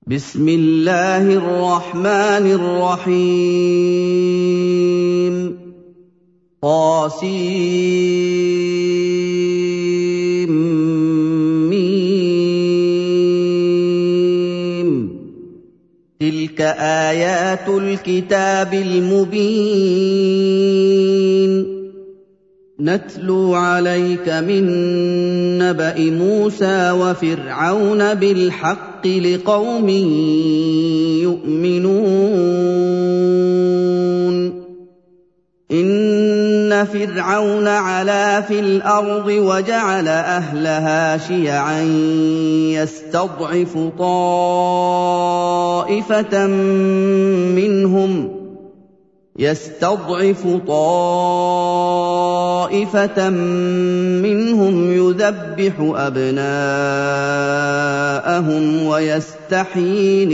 بسم الله الرحمن الرحيم طاسيم تلك آيات الكتاب المبين نتلو عليك من نبأ موسى وفرعون بالحق لقوم يؤمنون إن فرعون علا في الأرض وجعل أهلها شيعا يستضعف طائفة منهم يذبح أبناءهم ويستحيي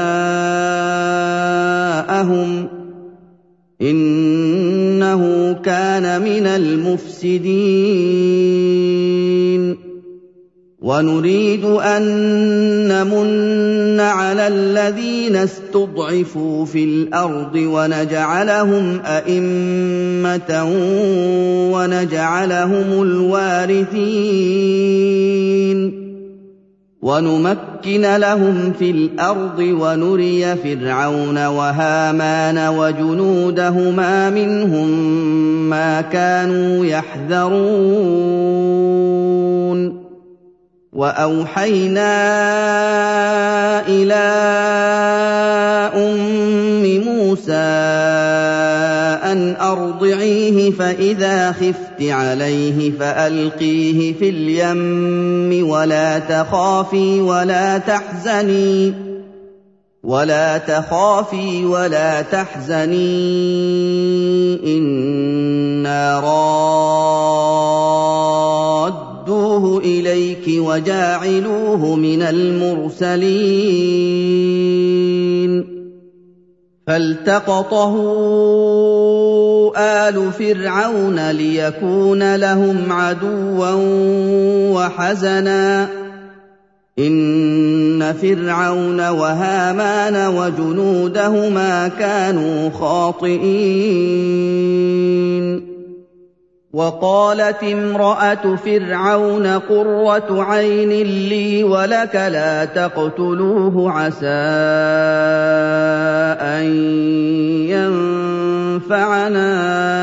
نساءهم إنه كان من المفسدين ونريد أن نمن على الذين استضعفوا في الأرض ونجعلهم أئمة ونجعلهم الوارثين ونمكن لهم في الأرض ونري فرعون وهامان وجنودهما منهم ما كانوا يحذرون وأوحينا إلى أم موسى أن أرضعيه فإذا خفت عليه فألقيه في اليم ولا تخافي ولا تحزني إنا رادوه إليك وجاعلوه من المرسلين فالتقطه آل فرعون ليكون لهم عدوا وحزنا إن فرعون وهامان وجنودهما كانوا خاطئين وقالت امرأة فرعون قرة عين لي ولك لا تقتلوه عسى أن ينفعنا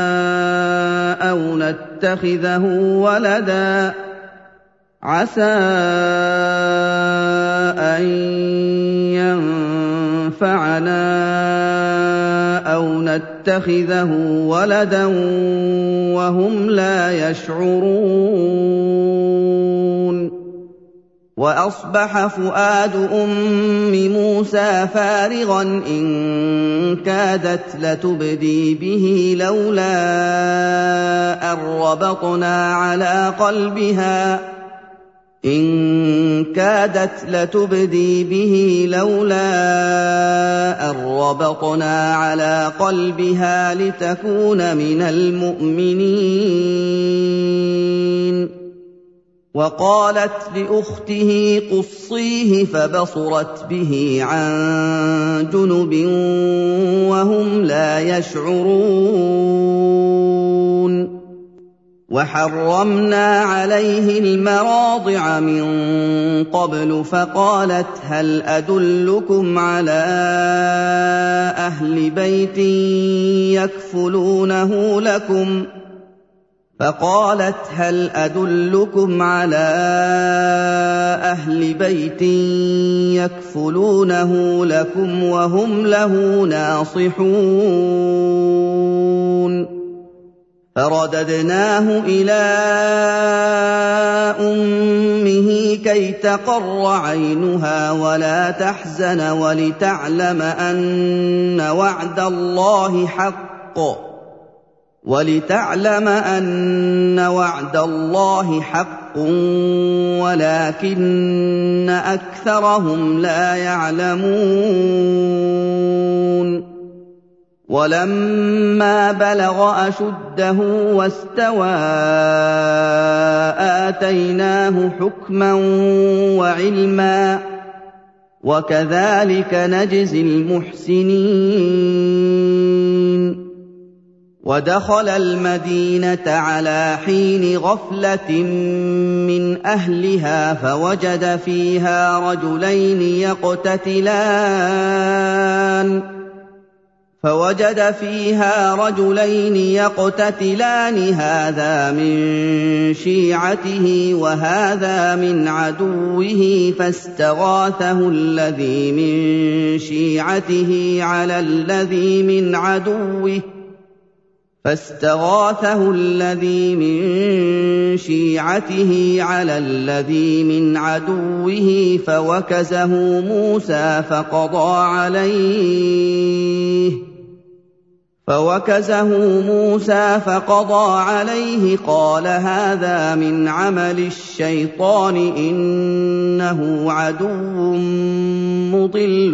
أو نتخذه ولدا وهم لا يشعرون وأصبح فؤاد أم موسى فارغا إن كادت لتبدي به لولا أن ربطنا على قلبها لتكون من المؤمنين وقالت لأخته قصيه فبصرت به عن جنب وهم لا يشعرون وحرمنا عليه المراضع من قبل فقالت هل أدلكم على أهل بيت يكفلونه لكم وهم له ناصحون فرددناه إلى أمه كي تقر عينها ولا تحزن ولتعلم أن وعد الله حق ولكن أكثرهم لا يعلمون ولما بلغ أشده واستوى آتيناه حكما وعلما وَكَذَٰلِكَ نَجْزِي الْمُحْسِنِينَ وَدَخَلَ الْمَدِينَةَ عَلَىٰ حِينِ غَفْلَةٍ مِّنْ أَهْلِهَا فَوَجَدَ فِيهَا رَجُلَيْنِ يَقْتَتِلَانِ هَٰذَا مِن شِيعَتِهِ وَهَٰذَا مِنْ عَدُوِّهِ فَاسْتَغَاثَهُ الَّذِي مِن شِيعَتِهِ عَلَى الَّذِي مِنْ عَدُوِّهِ فَوَكَزَهُ مُوسَىٰ فَقَضَىٰ عَلَيْهِ قَالَ هَٰذَا مِنْ عَمَلِ الشَّيْطَانِ ۖ إِنَّهُ عَدُوٌّ مُّضِلٌّ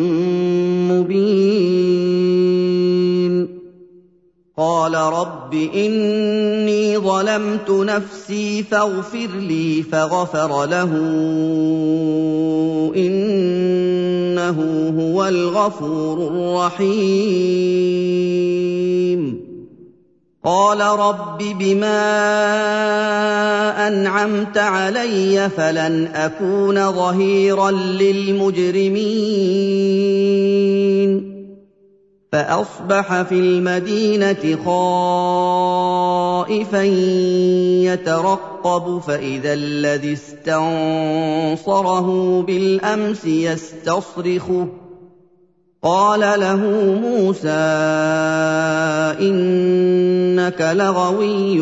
مُّبِينٌ قَالَ رَبِّ إِنِّي ظَلَمْتُ نَفْسِي فَاغْفِرْ لِي فَغَفَرَ لَهُ إِنَّهُ هُوَ الْغَفُورُ الرَّحِيمُ قَالَ رَبِّ بِمَا أَنْعَمْتَ عَلَيَّ فَلَنْ أَكُونَ ظَهِيرًا لِّلْمُجْرِمِينَ فَأَصْبَحَ فِي الْمَدِينَةِ خَائِفًا يَتَرَقَّبُ فَإِذَا الَّذِي اسْتَنصَرَهُ بِالْأَمْسِ يَسْتَصْرِخُهُ قَالَ لَهُ مُوسَىٰ إِنَّكَ لَغَوِيٌّ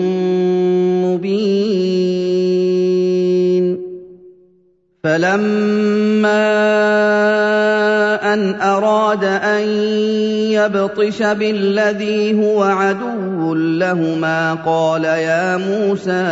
مُّبِينٌ فَلَمَّا أَنْ أَرَادَ أَن يَبْطِشَ بِالَّذِي هُوَ عَدُوٌّ لَّهُمَا قَالَ يَا مُوسَىٰ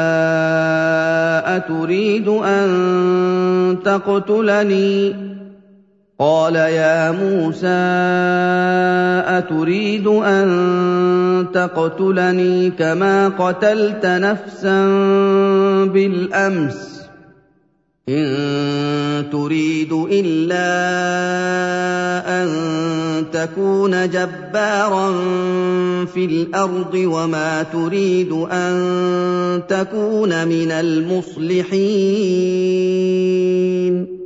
أَتُرِيدُ أَن تَقْتُلَنِي كَمَا قَتَلْتَ نَفْسًا بِالْأَمْسِ ۖ إِن تُرِيدُ إِلَّا أَن تَكُونَ جَبَّارًا فِي الْأَرْضِ وَمَا تُرِيدُ أَن تَكُونَ مِنَ الْمُصْلِحِينَ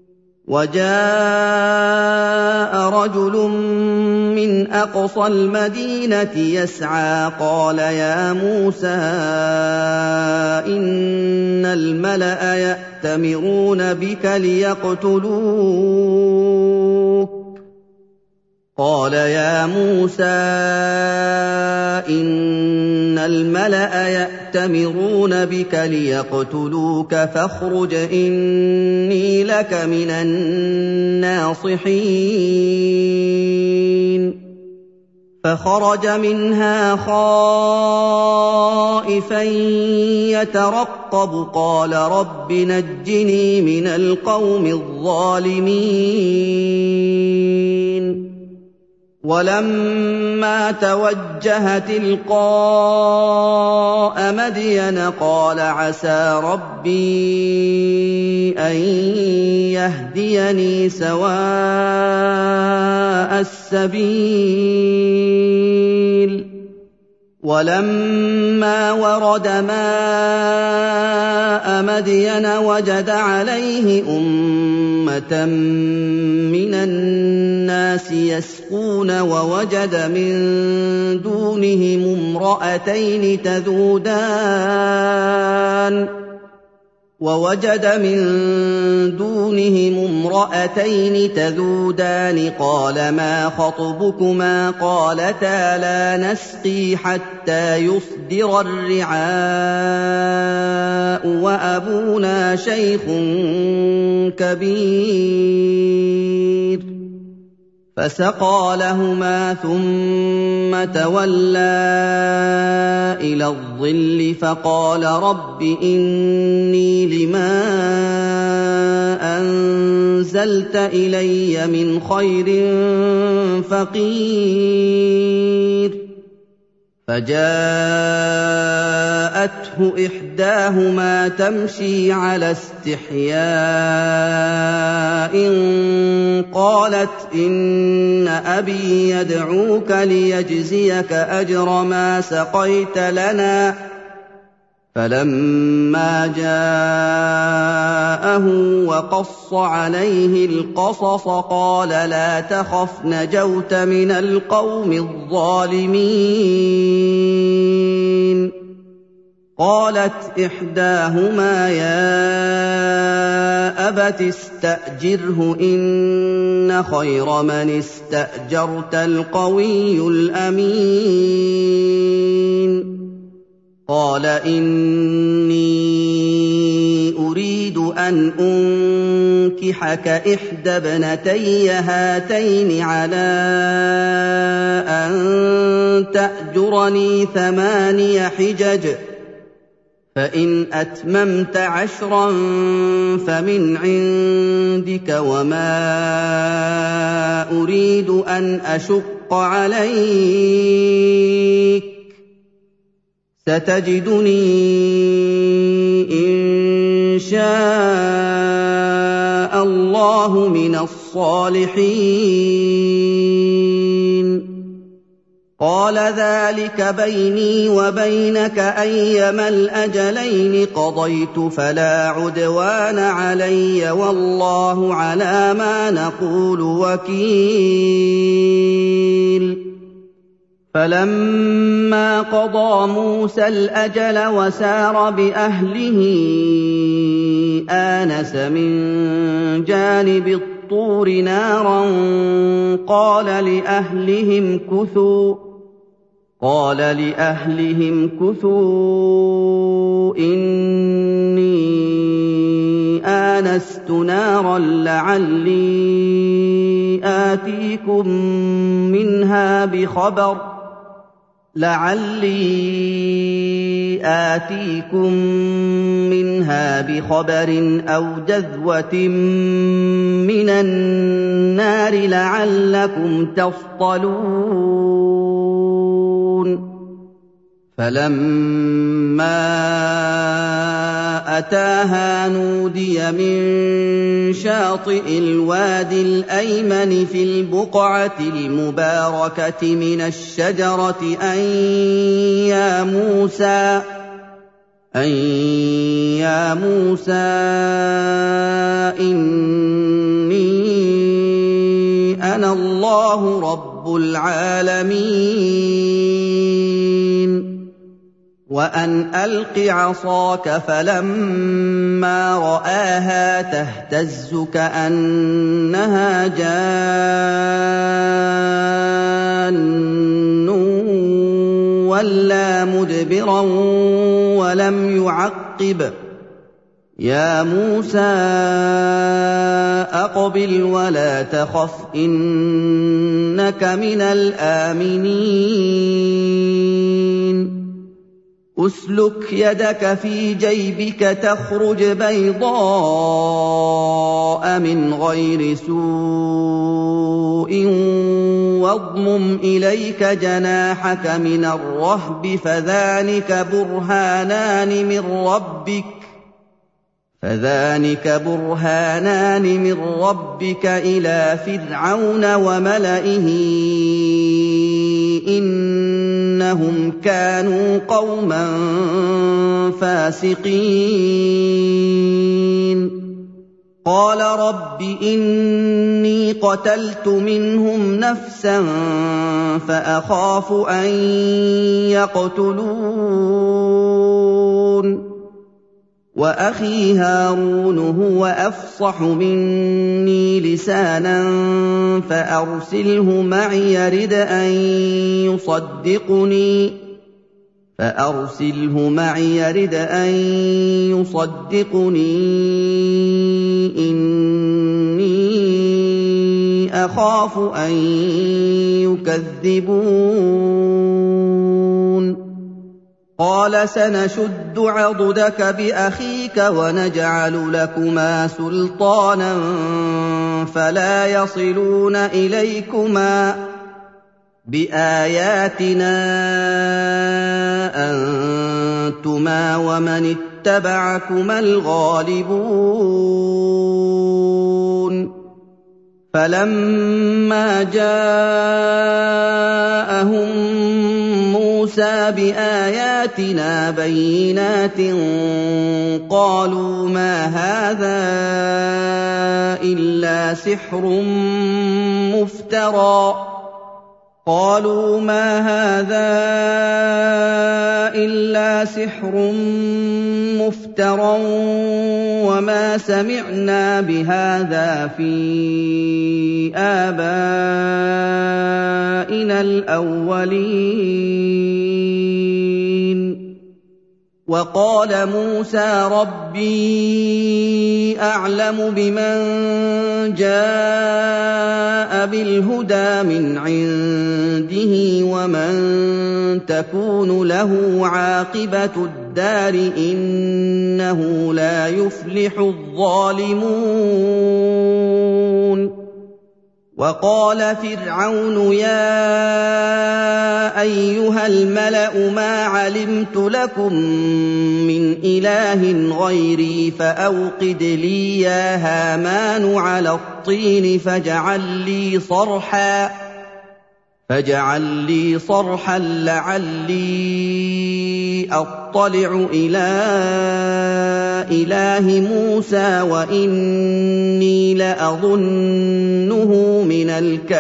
وَجَاءَ رَجُلٌ مِّنْ أَقْصَى الْمَدِينَةِ يَسْعَىٰ قَالَ يَا مُوسَىٰ إِنَّ الْمَلَأَ يَأْتَمِرُونَ بِكَ لِيَقْتُلُوكَ فَاخْرُجْ إِنِّي لَكَ مِنَ النَّاصِحِينَ فَخَرَجَ مِنْهَا خَائِفًا يَتَرَقَّبُ قَالَ رَبِّ نَجِّنِي مِنَ الْقَوْمِ الظَّالِمِينَ وَلَمَّا تَوَجَّهَ تِلْقَاءَ مَدْيَنَ قَالَ عَسَىٰ رَبِّي أَن يَهْدِيَنِي سَوَاءَ السَّبِيلِ وَلَمَّا وَرَدَ مَاءَ مَدْيَنَ وَجَدَ عَلَيْهِ أُمَّةً مِّنَ النَّاسِ يَسْقُونَ وَوَجَدَ مِن دُونِهِمُ امْرَأَتَيْنِ تَذُودَانِ قَالَ مَا خَطْبُكُمَا قَالَتَا لَا نَسْقِي حَتَّىٰ يُصْدِرَ الرِّعَاءُ وَأَبُونَا شَيْخٌ كَبِيرٌ فَسَقَىٰ لَهُمَا ثُمَّ تَوَلَّىٰ إِلَى الظِّلِّ فَقَالَ رَبِّ إِنِّي لِمَا أَنزَلْتَ إِلَيَّ مِنْ خَيْرٍ فَقِيرٌ فجاءته إحداهما تمشي على استحياء قالت إن أبي يدعوك ليجزيك أجر ما سقيت لنا فلما جاءه وقص عليه القصص قال لا تخف نجوت من القوم الظالمين قالت إحداهما يا أبت استأجره إن خير من استأجرت القوي الأمين قال إني أريد أن أنكحك إحدى ابنتي هاتين على أن تأجرني 8 حجج فإن أتممت 10 فمن عندك وما أريد أن أشق عليك ستجدني إن شاء الله من الصالحين قال ذلك بيني وبينك أيما الأجلين قضيت فلا عدوان علي والله على ما نقول وكيل فلما قضى موسى الأجل وسار بأهله آنس من جانب الطور نارا قال لأهلهم كثوا إني آنست نارا لعلي آتيكم منها بخبر أو جذوة من النار لعلكم تصطلون فلما أتاها نودي من شاطئ الوادي الأيمن في البقعة المباركة من الشجرة أن يا موسى إني أنا الله رب العالمين وأن ألق عصاك فلما رآها تهتز كأنها جان ولا مدبرا ولم يعقب يا موسى أقبل ولا تخف إنك من الآمنين أسلك يدك في جيبك تخرج بيضاء من غير سوء واضمم إليك جناحك من الرهب فذلك برهانان من ربك إلى فرعون وملئه إنهم كانوا قوما فاسقين قال رب إني قتلت منهم نفسا فأخاف أن يقتلون وأخي هارون هو أفصح مني لسانا فأرسله معي يرد أن يصدقني إني أخاف أن يكذبون قال سنشد عضدك بأخيك ونجعل لكما سلطانا فلا يصلون إليكما بِآيَاتِنَا أَنتُمَا وَمَنِ اتَّبَعَكُمَا الْغَالِبُونَ فَلَمَّا جَاءَهُم مُّوسَىٰ بِآيَاتِنَا بَيِّنَاتٍ قَالُوا مَا هَٰذَا إِلَّا سِحْرٌ مُّفْتَرًى وَمَا سَمِعْنَا بِهَٰذَا فِي آبَائِنَا الْأَوَّلِينَ وَقَالَ مُوسَىٰ رَبِّي أَعْلَمُ بِمَن جَاءَ بِالْهُدَىٰ مِنْ عِندِهِ وَمَن تَكُونُ لَهُ عَاقِبَةُ الدَّارِ ۖ إِنَّهُ لَا يُفْلِحُ الظَّالِمُونَ وَقَالَ فِرْعَوْنُ يَا أَيُّهَا الْمَلَأُ مَا عَلِمْتُ لَكُم مِّنْ إِلَٰهٍ غَيْرِي فَأَوْقِدْ لِي يَا هَامَانُ عَلَى الطِّينِ فاجعل لي صرحا لعلي أطلع إلى إله موسى وإني لأظنه من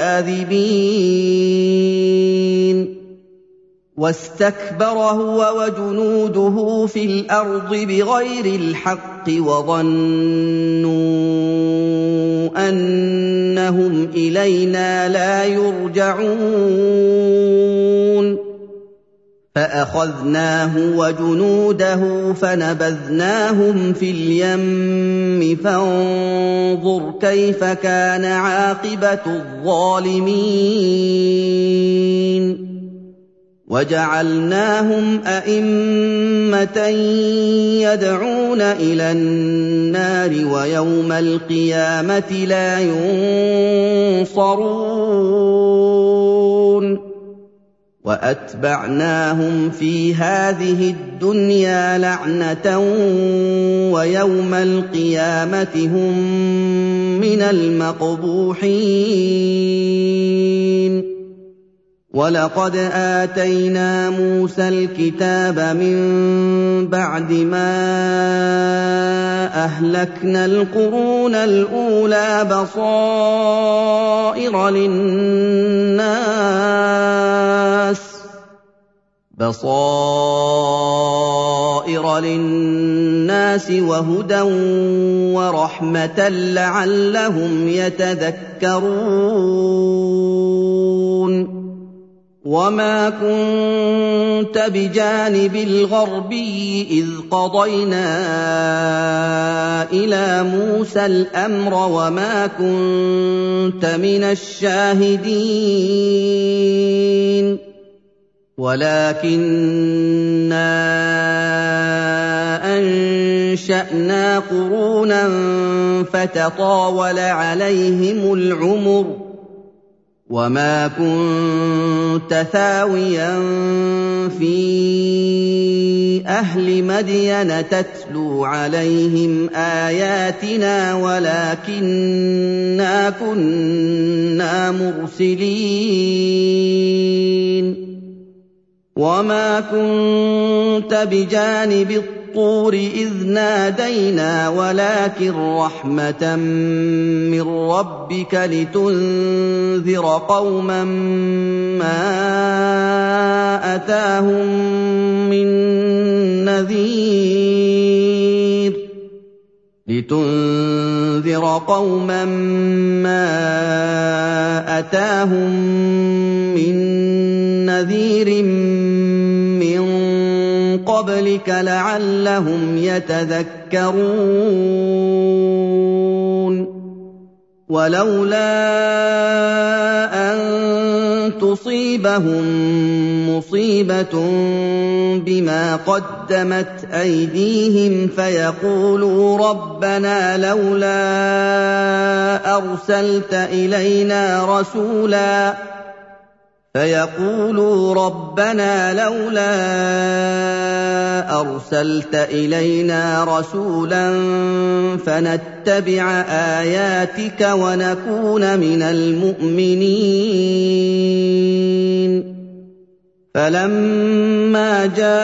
الكاذبين واستكبر هو وجنوده في الأرض بغير الحق وظنوا أنهم إلينا لا يرجعون فأخذناه وجنوده فنبذناهم في اليم فانظر كيف كان عاقبة الظالمين وجعلناهم أئمة يدعون إلى النار ويوم القيامة لا ينصرون وأتبعناهم في هذه الدنيا لعنة ويوم القيامة هم من المقبوحين وَلَقَدْ آتَيْنَا مُوسَى الْكِتَابَ مِن بَعْدِ مَا أَهْلَكْنَا الْقُرُونَ الْأُولَىٰ بَصَائِرَ لِلنَّاسِ وَهُدًى وَرَحْمَةً لَّعَلَّهُمْ يَتَذَكَّرُونَ وَمَا كُنتَ بِجَانِبِ الْغَرْبِيِّ إِذْ قَضَيْنَا إِلَىٰ مُوسَى الْأَمْرَ وَمَا كُنتَ مِنَ الشَّاهِدِينَ وَلَٰكِنَّا أَنشَأْنَا قُرُونًا فَتَطَاوَلَ عَلَيْهِمُ الْعُمُرُ وَمَا كُنتَ ثَاوِيًا فِي أَهْلِ مَدْيَنَ تَتْلُو عَلَيْهِمْ آيَاتِنَا وَلَٰكِنَّا كُنَّا مُرْسِلِينَ وَمَا كُنتَ بِجَانِبِ الطُّورِ إِذْ نَادَيْنَا وَلَٰكِن رَّحْمَةً مِّن رَّبِّكَ لِتُنذِرَ قَوْمًا مَّا أَتَاهُم مِّن نَّذِيرٍ مِّن قَبْلِكَ لَعَلَّهُمْ يَتَذَكَّرُونَ وَلَوْلَا أَن تُصِيبَهُم مُّصِيبَةٌ بِمَا قَدَّمَتْ أَيْدِيهِمْ فَيَقُولُوا رَبَّنَا لَوْلَا أَرْسَلْتَ إِلَيْنَا رَسُولًا فيقولوا ربنا لولا أرسلت إلينا رسولا فنتبع آياتك ونكون من المؤمنين فلما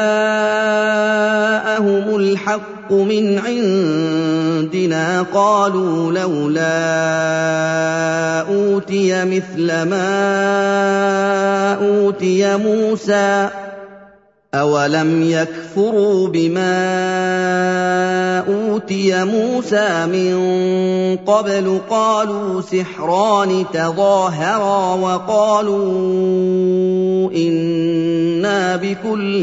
جاءهم الحق من عندنا قالوا لولا أوتي مثل ما أوتي موسى أولم يكفروا بما أوتي موسى من قبل قالوا سحران تظاهرا وقالوا إنا بكل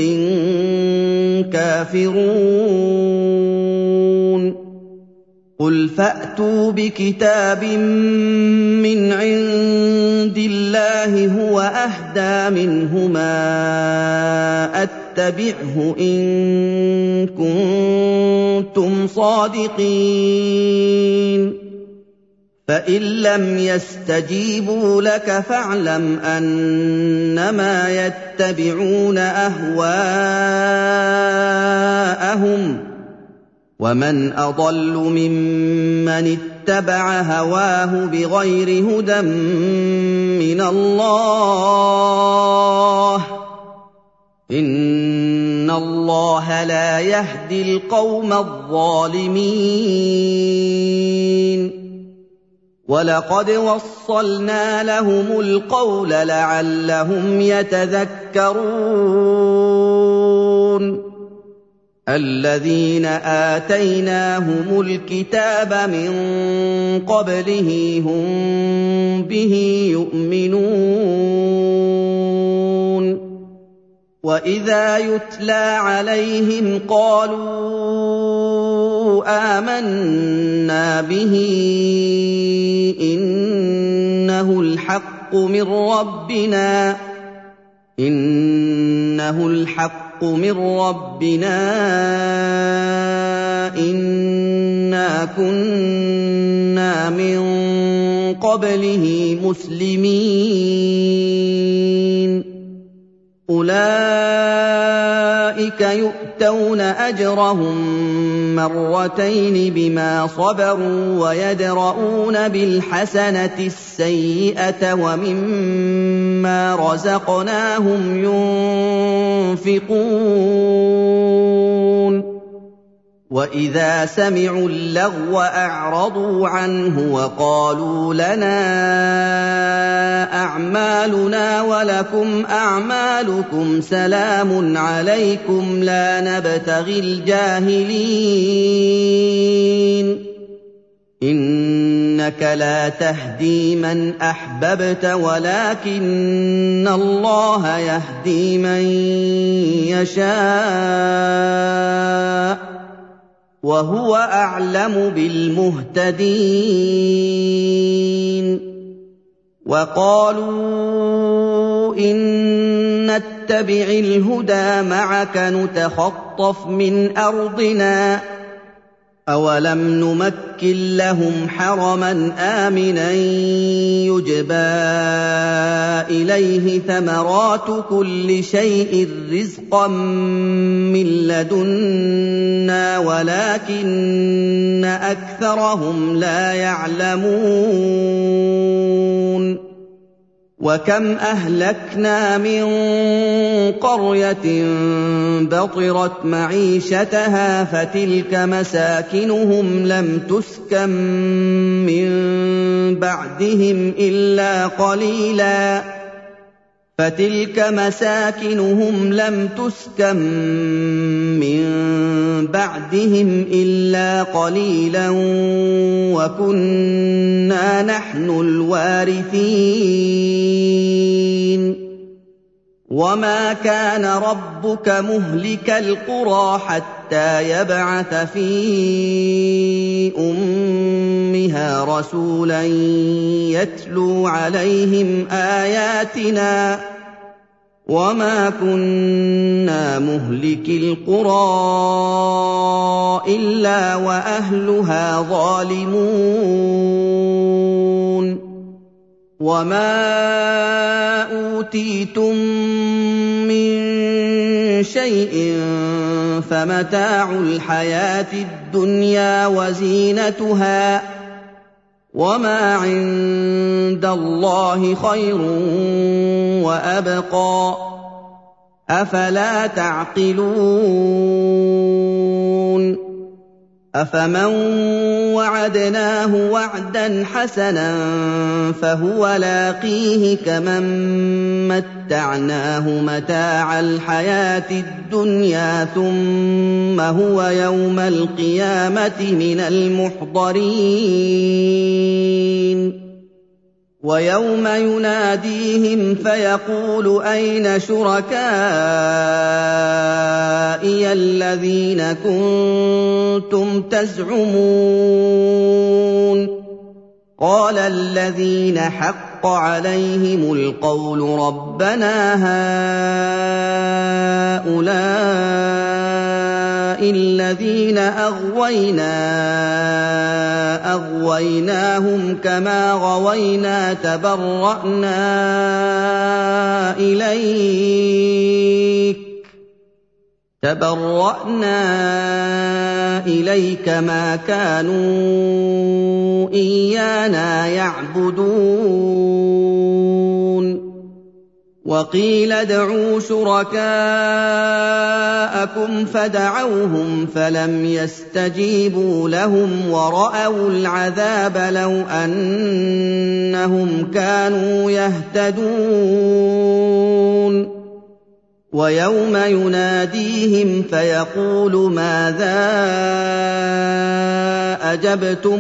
كافرون قل فأتوا بكتاب من عند الله هو أهدى منهما أتبعه إن كنتم صادقين فإن لم يستجيبوا لك فاعلم أنما يتبعون أهواءهم ومن أضل ممن اتبع هواه بغير هدى من الله إن الله لا يهدي القوم الظالمين ولقد وصلنا لهم القول لعلهم يتذكرون الذين آتيناهم الكتاب من قبله هم به يؤمنون وإذا يتلى عليهم قالوا آمنا به إنه الحق من ربنا إنا كنا من قبله مسلمين أولئك يؤتون أجرهم مرتين بما صبروا ويدرؤون بالحسنة السيئة ومما رزقناهم ينفقون وإذا سمعوا اللغو أعرضوا عنه وقالوا لنا أعمالنا ولكم أعمالكم سلام عليكم لا نبتغي الجاهلين إنك لا تهدي من أحببت ولكن الله يهدي من يشاء وهو أعلم بالمهتدين وقالوا إن نتبع الهدى معك نتخطف من أرضنا أولم نمكن لهم حرما آمنا يجبى إليه ثمرات كل شيء رزقا من لدنا ولكن أكثرهم لا يعلمون وكم أهلكنا من قرية بطرت معيشتها فتلك مساكنهم لم تسكن من بعدهم إلا قليلا وكنا نحن الوارثين وما كان ربك مهلك القرى حتى يبعث في أمها رسولا يتلو عليهم آياتنا وما كنا مهلك القرى إلا وأهلها ظالمون وَمَا أُوتِيتُم مِّن شَيْءٍ فَمَتَاعُ الْحَيَاةِ الدُّنْيَا وَزِينَتُهَا ۚ وَمَا عِندَ اللَّهِ خَيْرٌ وَأَبْقَىٰ ۚ أَفَلَا تَعْقِلُونَ أَفَمَن وَعَدْنَاهُ وَعْدًا حَسَنًا فَهُوَ لَاقِيهِ كَمَن مَّتَّعْنَاهُ مَتَاعَ الْحَيَاةِ الدُّنْيَا ثُمَّ هُوَ يَوْمَ الْقِيَامَةِ مِنَ الْمُحْضَرِينَ وَيَوْمَ يُنَادِيهِمْ فَيَقُولُ أَيْنَ شُرَكَائِيَ الَّذِينَ كُنتُمْ تَزْعُمُونَ قَالَ الَّذِينَ حَقَّ عَلَيْهِمُ الْقَوْلُ رَبَّنَا هَٰؤُلَاءِ الَّذِينَ أَغْوَيْنَاهُمْ كَمَا غَوَيْنَا تَبَرَّأْنَا إِلَيْكَ مَا كَانُوا إِيَّانَا يَعْبُدُونَ وَقِيلَ ادْعُوا شُرَكَاءَكُمْ فَدَعَوْهُمْ فَلَمْ يَسْتَجِيبُوا لَهُمْ وَرَأَوُا الْعَذَابَ لَوْ أَنَّهُمْ كَانُوا يَهْتَدُونَ وَيَوْمَ يُنَادِيهِمْ فَيَقُولُ مَاذَا أَجَبْتُمُ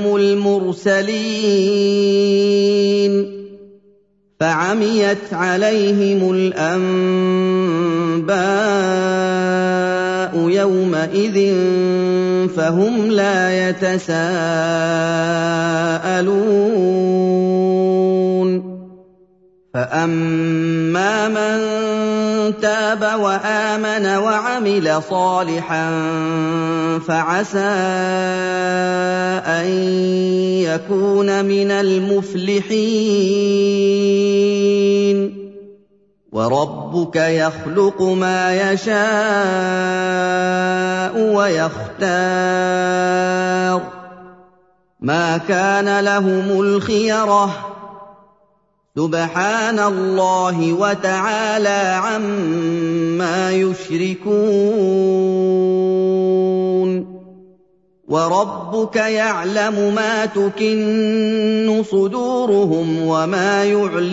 الْمُرْسَلِينَ فَعَمِيَتْ عَلَيْهِمُ الْأَنبَاءُ يَوْمَئِذٍ فَهُمْ لَا يَتَسَاءَلُونَ فَأَمَّا مَن تَابَ وَآمَنَ وَعَمِلَ صَالِحًا فَعَسَىٰ أَن يَكُونَ مِنَ الْمُفْلِحِينَ وَرَبُّكَ يَخْلُقُ مَا يَشَاءُ وَيَخْتَارُ ۗ مَا كَانَ لَهُمُ الْخِيَرَةُ ۚ سُبْحَانَ اللَّهِ وَتَعَالَىٰ عَمَّا يُشْرِكُونَ وَرَبُّكَ يَعْلَمُ مَا تُكِنُّ صُدُورُهُمْ وَمَا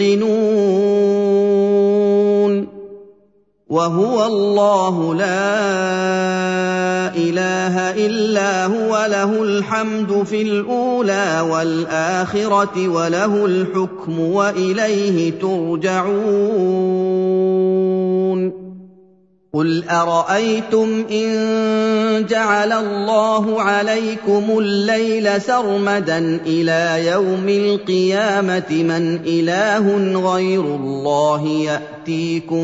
يُعْلِنُونَ وَهُوَ اللَّهُ لَا إِلَٰهَ إِلَّا هُوَ لَهُ الْحَمْدُ فِي الْأُولَىٰ وَالْآخِرَةِ وَلَهُ الْحُكْمُ وَإِلَيْهِ تُرْجَعُونَ قُلْ أَرَأَيْتُمْ إِن جَعَلَ اللَّهُ عَلَيْكُمُ اللَّيْلَ سَرْمَدًا إِلَىٰ يَوْمِ الْقِيَامَةِ مَنْ إِلَٰهٌ غَيْرُ اللَّهِ يَأْتِيكُم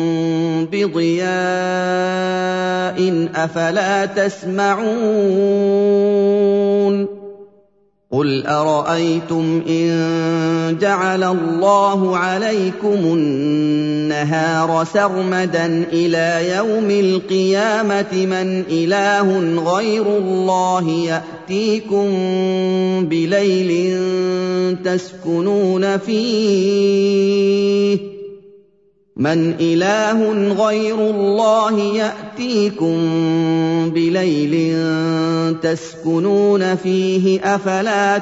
بِضِيَاءٍ أَفَلَا تَسْمَعُونَ قُلْ أَرَأَيْتُمْ إِن جَعَلَ اللَّهُ عَلَيْكُمُ النَّهَارَ سَرْمَدًا إِلَىٰ يَوْمِ الْقِيَامَةِ مَنْ إِلَٰهٌ غَيْرُ اللَّهِ يَأْتِيكُم بِلَيْلٍ تَسْكُنُونَ فِيهِ مَنْ إِلَٰهٌ غَيْرُ اللَّهِ يَأْتِيكُم بِلَيْلٍ تَسْكُنُونَ فِيهِ ۖ أَفَلَا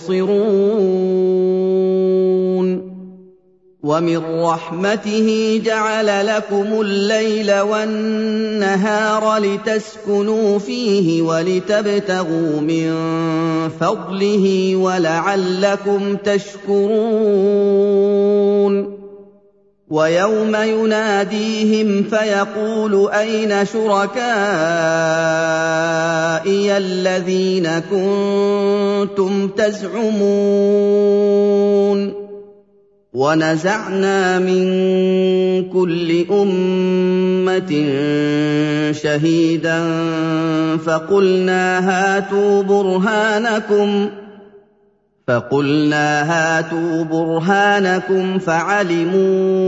تُبْصِرُونَ وَمِن رَّحْمَتِهِ جَعَلَ لَكُمُ اللَّيْلَ وَالنَّهَارَ لِتَسْكُنُوا فِيهِ وَلِتَبْتَغُوا مِن فَضْلِهِ وَلَعَلَّكُمْ تَشْكُرُونَ وَيَوْمَ يُنَادِيهِمْ فَيَقُولُ أَيْنَ شُرَكَائِيَ الَّذِينَ كُنتُمْ تَزْعُمُونَ وَنَزَعْنَا مِن كُلِّ أُمَّةٍ شَهِيدًا فَقُلْنَا هَاتُوا بُرْهَانَكُمْ فَقُلْنَا هَاتُوا بُرْهَانَكُمْ فَعَلِمُوا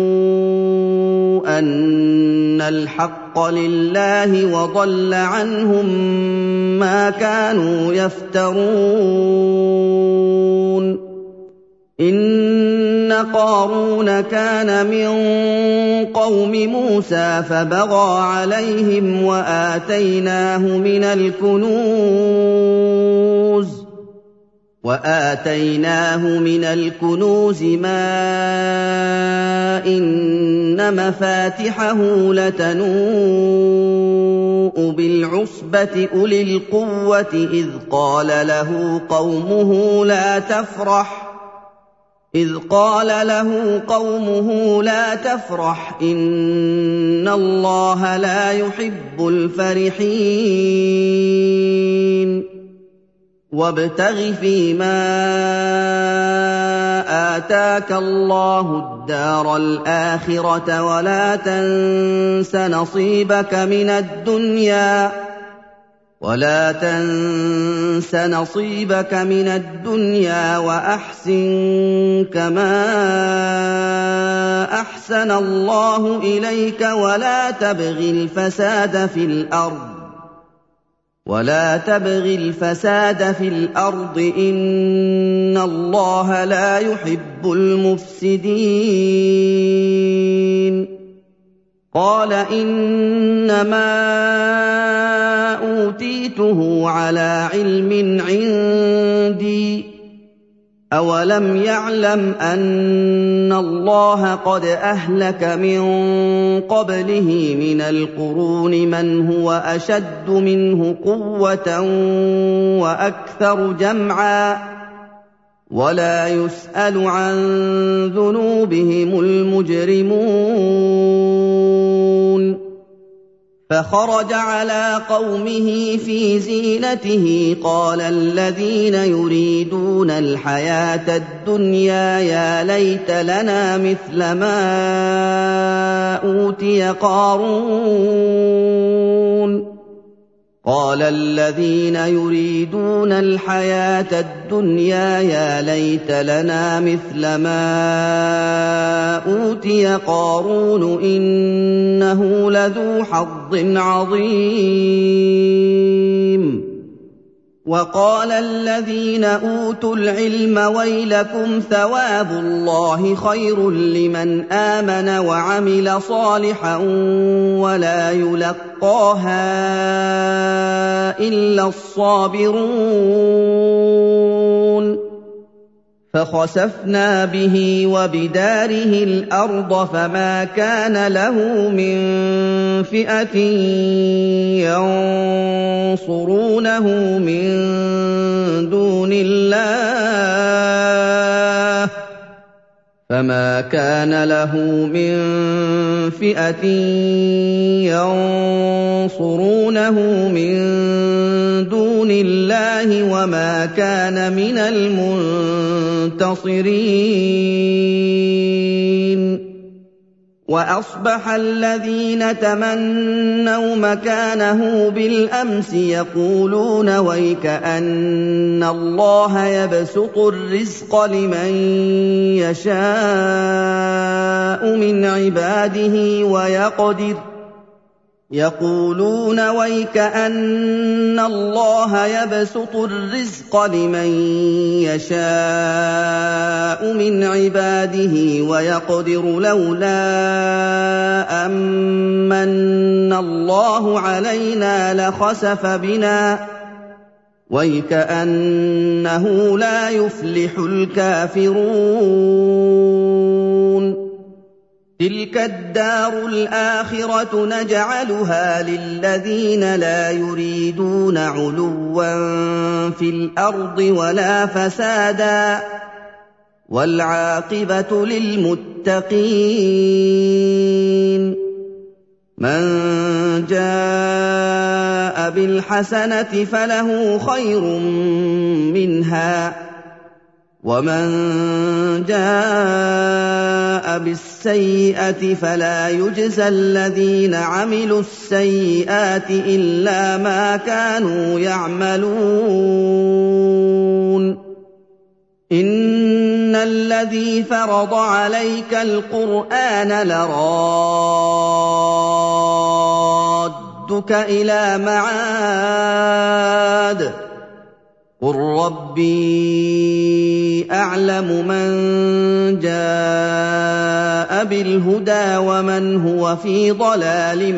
أَنَّ الْحَقَّ لِلَّهِ وَضَلَّ عَنْهُم مَّا كَانُوا يَفْتَرُونَ إِنَّ قَارُونَ كَانَ مِن قَوْمِ مُوسَىٰ فَبَغَىٰ عَلَيْهِمْ وَآتَيْنَاهُ مِنَ الْكُنُوزِ مَا إِنَّ مَفَاتِحَهُ لَتَنُوءُ بِالْعُصْبَةِ أُولِي الْقُوَّةِ إِذْ قَالَ لَهُ قَوْمُهُ لَا تَفْرَحْ إِنَّ اللَّهَ لَا يُحِبُّ الْفَرِحِينَ وَابْتَغِ فِيمَا آتَاكَ اللَّهُ الدَّارَ الْآخِرَةَ وَلَا تَنسَ نَصِيبَكَ مِنَ الدُّنْيَا وَأَحْسِن كَمَا أَحْسَنَ اللَّهُ إِلَيْكَ وَلَا تَبْغِ الْفَسَادَ فِي الْأَرْضِ ۖ إِنَّ اللَّهَ لَا يُحِبُّ الْمُفْسِدِينَ قَالَ إِنَّمَا أُوتِيتُهُ عَلَىٰ عِلْمٍ عِندِي ۚ أَوَلَمْ يَعْلَمْ أَنَّ اللَّهَ قَدْ أَهْلَكَ مِن قَبْلِهِ مِنَ الْقُرُونِ مَنْ هُوَ أَشَدُّ مِنْهُ قُوَّةً وَأَكْثَرُ جَمْعًا ۚ وَلَا يُسْأَلُ عَن ذُنُوبِهِمُ الْمُجْرِمُونَ فَخَرَجَ عَلَىٰ قَوْمِهِ فِي زِينَتِهِ قَالَ الَّذِينَ يُرِيدُونَ الْحَيَاةَ الدُّنْيَا يَا لَيْتَ لَنَا مِثْلَ مَا أُوتِيَ قَارُونُ قَالَ الَّذِينَ يُرِيدُونَ الْحَيَاةَ الدُّنْيَا يَا لَيْتَ لَنَا مِثْلَ مَا أُوتِيَ قَارُونُ إِنَّهُ لَذُو حَظٍّ عَظِيمٍ وَقَالَ الَّذِينَ أُوتُوا الْعِلْمَ وَيْلَكُمْ ثَوَابُ اللَّهِ خَيْرٌ لِّمَنْ آمَنَ وَعَمِلَ صَالِحًا وَلَا يُلَقَّاهَا إِلَّا الصَّابِرُونَ فَخَسَفْنَا بِهِ وَبِدَارِهِ الْأَرْضَ فَمَا كَانَ لَهُ مِن فِئَةٍ يَنصُرُونَهُ مِن دُونِ اللَّهِ وَمَا كَانَ مِنَ الْمُنتَصِرِينَ وَأَصْبَحَ الَّذِينَ تَمَنَّوْا مَكَانَهُ بِالْأَمْسِ يَقُولُونَ وَيْكَأَنَّ اللَّهَ يَبْسُطُ الرِّزْقَ لِمَن يَشَاءُ مِنْ عِبَادِهِ وَيَقْدِرُ لَوْلَا أَمَّنَّ اللَّهُ عَلَيْنَا لَخَسَفَ بِنَا وَيْكَأَنَّهُ لَا يُفْلِحُ الْكَافِرُونَ تِلْكَ الدَّارُ الْآخِرَةُ نَجْعَلُهَا لِلَّذِينَ لَا يُرِيدُونَ عُلُوًّا فِي الْأَرْضِ وَلَا فَسَادًا ۚ وَالْعَاقِبَةُ لِلْمُتَّقِينَ مَن جَاءَ بِالْحَسَنَةِ فَلَهُ خَيْرٌ مِّنْهَا وَمَن جَاءَ بِالسَّيِّئَةِ فَلَا يُجْزَى الَّذِينَ عَمِلُوا السَّيِّئَاتِ إِلَّا مَا كَانُوا يَعْمَلُونَ إِنَّ الَّذِي فَرَضَ عَلَيْكَ الْقُرْآنَ لَرَادُّكَ إِلَىٰ مَعَادٍ ۚ قُل رَّبِّي أَعْلَمُ مَن جَاءَ بِالْهُدَىٰ وَمَنْ هُوَ فِي ضَلَالٍ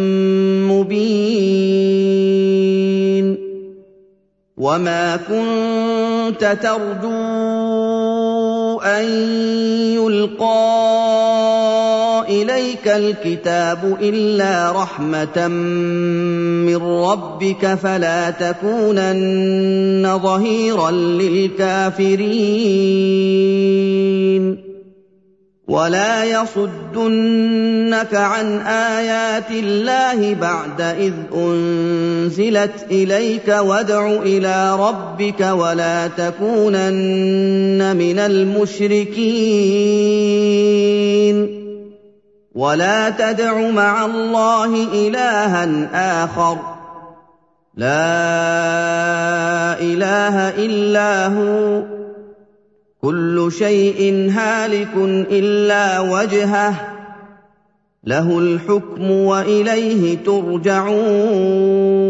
مُّبِينٍ وَمَا كُنتَ تَرْجُو أَن يُلْقَىٰ إِلَيْكَ الْكِتَابُ إِلَّا رَحْمَةً مِّن رَّبِّكَ فَلَا تَكُونَنَّ ظَهِيرًا لِّلْكَافِرِينَ وَلَا يَصُدُّنَّكَ عَنْ آيَاتِ اللَّهِ بَعْدَ إِذْ أُنزِلَتْ إِلَيْكَ وَادْعُ إِلَىٰ رَبِّكَ وَلَا تَكُونَنَّ مِنَ الْمُشْرِكِينَ وَلَا تَدْعُ مَعَ اللَّهِ إِلَٰهًا آخَرَ ۖ لَا إِلَٰهَ إِلَّا هُوَ ۚ كُلُّ شَيْءٍ هَالِكٌ إِلَّا وَجْهَهُ ۚ لَهُ الْحُكْمُ وَإِلَيْهِ تُرْجَعُونَ